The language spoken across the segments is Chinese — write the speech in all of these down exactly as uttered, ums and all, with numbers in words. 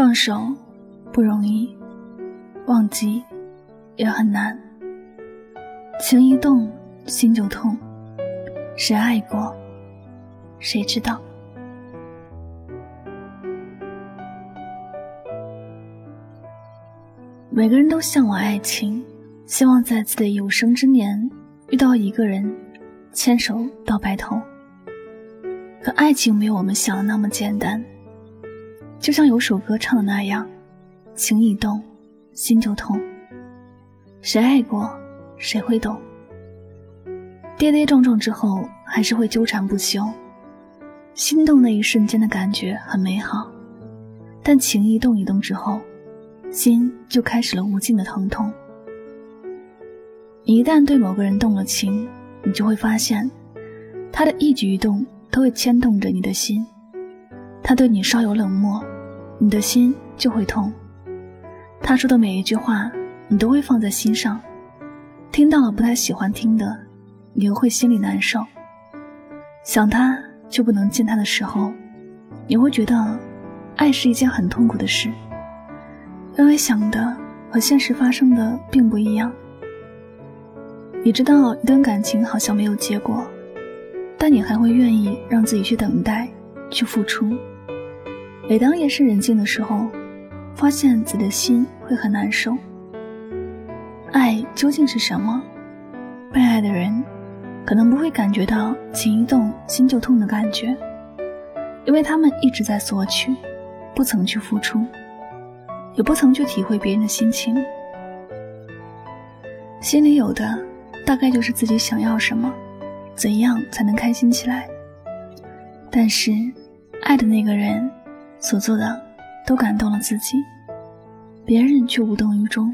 放手不容易，忘记也很难。情一动，心就痛。谁爱过，谁知道。每个人都向往爱情，希望在自己的有生之年遇到一个人，牵手到白头。可爱情没有我们想的那么简单，就像有首歌唱的那样，情一动，心就痛。谁爱过，谁会懂。跌跌撞撞之后，还是会纠缠不休。心动那一瞬间的感觉很美好，但情一动一动之后，心就开始了无尽的疼痛。你一旦对某个人动了情，你就会发现他的一举一动都会牵动着你的心。他对你稍有冷漠，你的心就会痛。他说的每一句话你都会放在心上，听到了不太喜欢听的，你又会心里难受。想他却不能见他的时候，你会觉得爱是一件很痛苦的事，因为想的和现实发生的并不一样。你知道一段感情好像没有结果，但你还会愿意让自己去等待，去付出。每当夜深人静的时候，发现自己的心会很难受。爱究竟是什么？被爱的人可能不会感觉到情一动心就痛的感觉，因为他们一直在索取，不曾去付出，也不曾去体会别人的心情。心里有的大概就是自己想要什么，怎样才能开心起来。但是爱的那个人所做的都感动了自己，别人却无动于衷。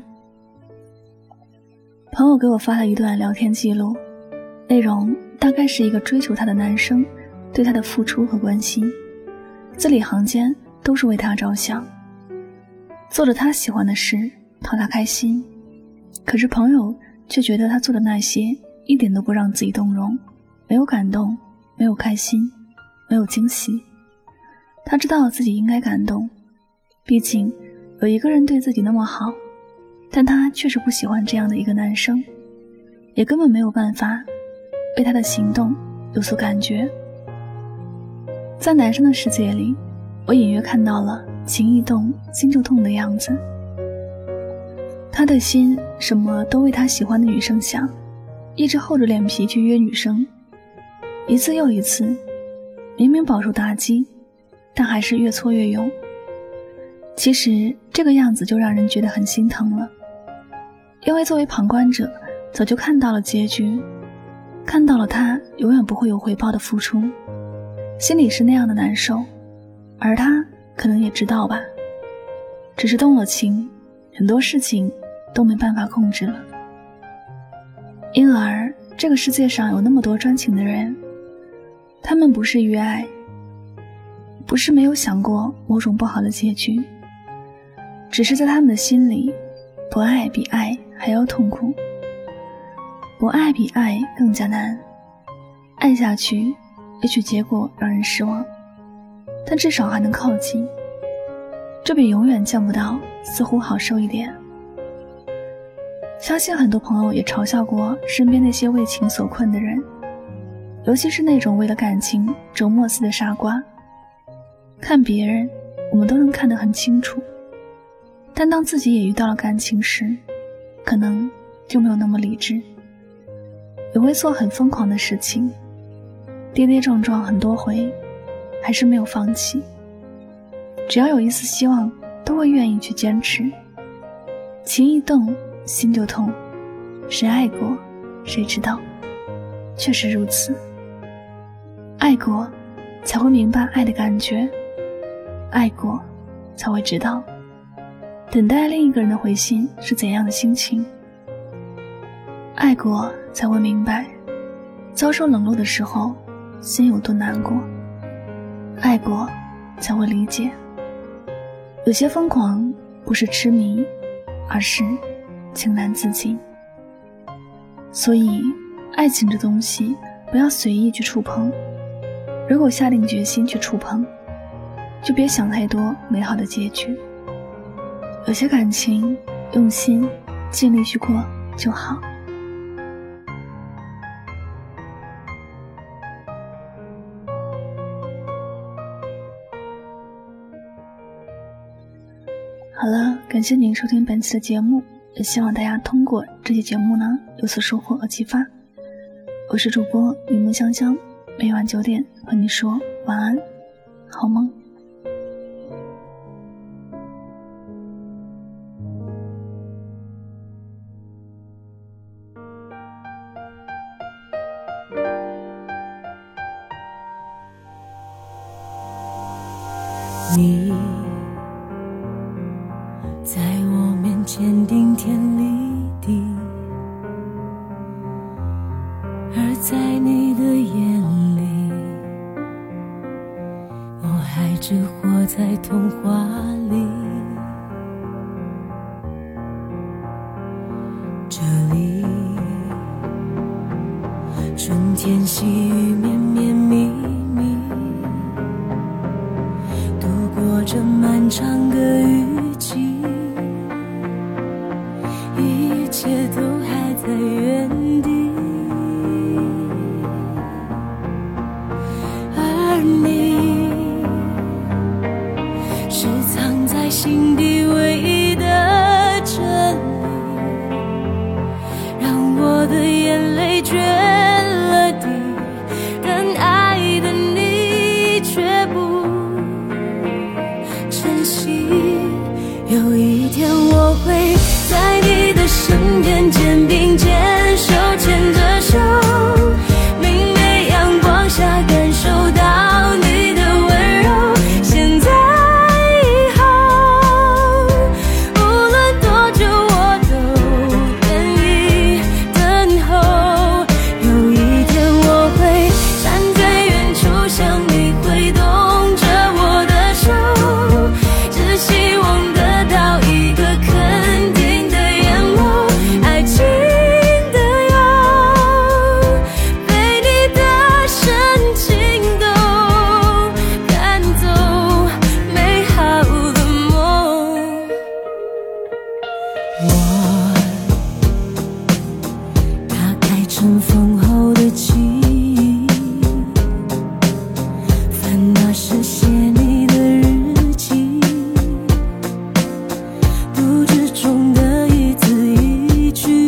朋友给我发了一段聊天记录，内容大概是一个追求她的男生对她的付出和关心，字里行间都是为她着想，做着她喜欢的事，讨她开心。可是朋友却觉得他做的那些一点都不让自己动容，没有感动，没有开心，没有惊喜。他知道自己应该感动，毕竟有一个人对自己那么好，但他确实不喜欢这样的一个男生，也根本没有办法为他的行动有所感觉。在男生的世界里，我隐约看到了情一动心就痛的样子。他的心什么都为他喜欢的女生想，一直厚着脸皮去约女生，一次又一次，明明饱受打击，但还是越挫越勇。其实这个样子就让人觉得很心疼了，因为作为旁观者早就看到了结局，看到了他永远不会有回报的付出，心里是那样的难受，而他可能也知道吧，只是动了情，很多事情都没办法控制了。因而这个世界上有那么多专情的人，他们不是越爱，不是没有想过某种不好的结局，只是在他们的心里，不爱比爱还要痛苦，不爱比爱更加难。爱下去也许结果让人失望，但至少还能靠近，这比永远见不到似乎好受一点。相信很多朋友也嘲笑过身边那些为情所困的人，尤其是那种为了感情周末似的傻瓜。看别人我们都能看得很清楚，但当自己也遇到了感情时，可能就没有那么理智，也会做很疯狂的事情，跌跌撞撞很多回，还是没有放弃。只要有一丝希望，都会愿意去坚持。情一动心就痛，谁爱过谁知道，确实如此。爱过才会明白爱的感觉，爱过才会知道等待另一个人的回信是怎样的心情，爱过才会明白遭受冷落的时候心有多难过，爱过才会理解有些疯狂不是痴迷，而是情难自禁。所以爱情这东西不要随意去触碰，如果下定决心去触碰，就别想太多美好的结局。 有些感情用心尽力去过就好。好了，感谢您收听本期的节目，也希望大家通过这期节目呢有所收获和启发。我是主播柠檬香香，每晚九点和你说晚安，好梦。 你在我面前顶天立地，而在你的眼里，我还只活在童话里。这里春天细雨绵绵密密，度过这漫长的雨季，一切都还在原地，而你是藏在心底唯一的真理，让我的眼泪决了堤，但爱的你却不珍惜。有一天我会在你的身边，肩并肩，手牵着手，明媚阳光下感受到你的温柔。现在以后无论多久我都愿意等候，有一天我会站在远处向你挥动着我的手，只希望得到一个肯定的眼眸，爱情的药被你的深情都赶走，美好的梦。我打开尘封后的记忆，翻那时写你的日记，不知中的一字一句，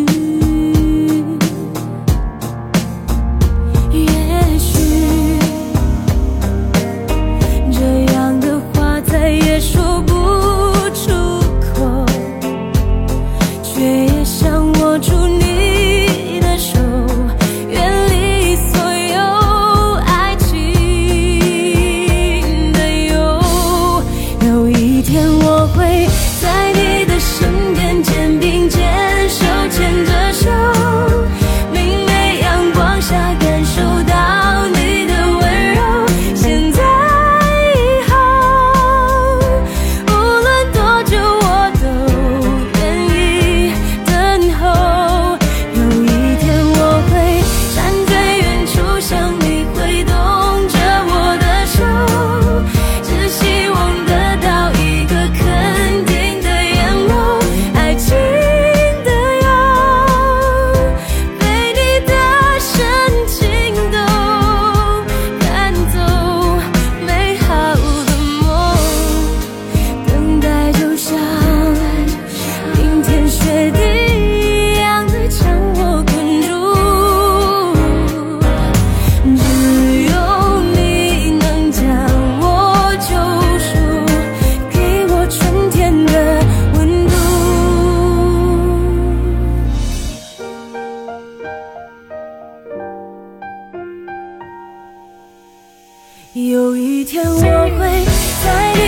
也许这样的话再也说不出口，却也想握住你的手，远离所有爱情的忧。有一天我会在你的身边，肩并肩，手牵着手，明媚阳光下感受到你的温柔。现在以后无论多久我都愿意等候，有一天我会站在远处向你挥动着我的手，只希望得到一个肯定的眼眸，爱情的药被你的深情都赶走，美好的梦。等待就像冰天雪地一样的将我困住，只有你能将我救赎，给我春天的温度。有一天我会在你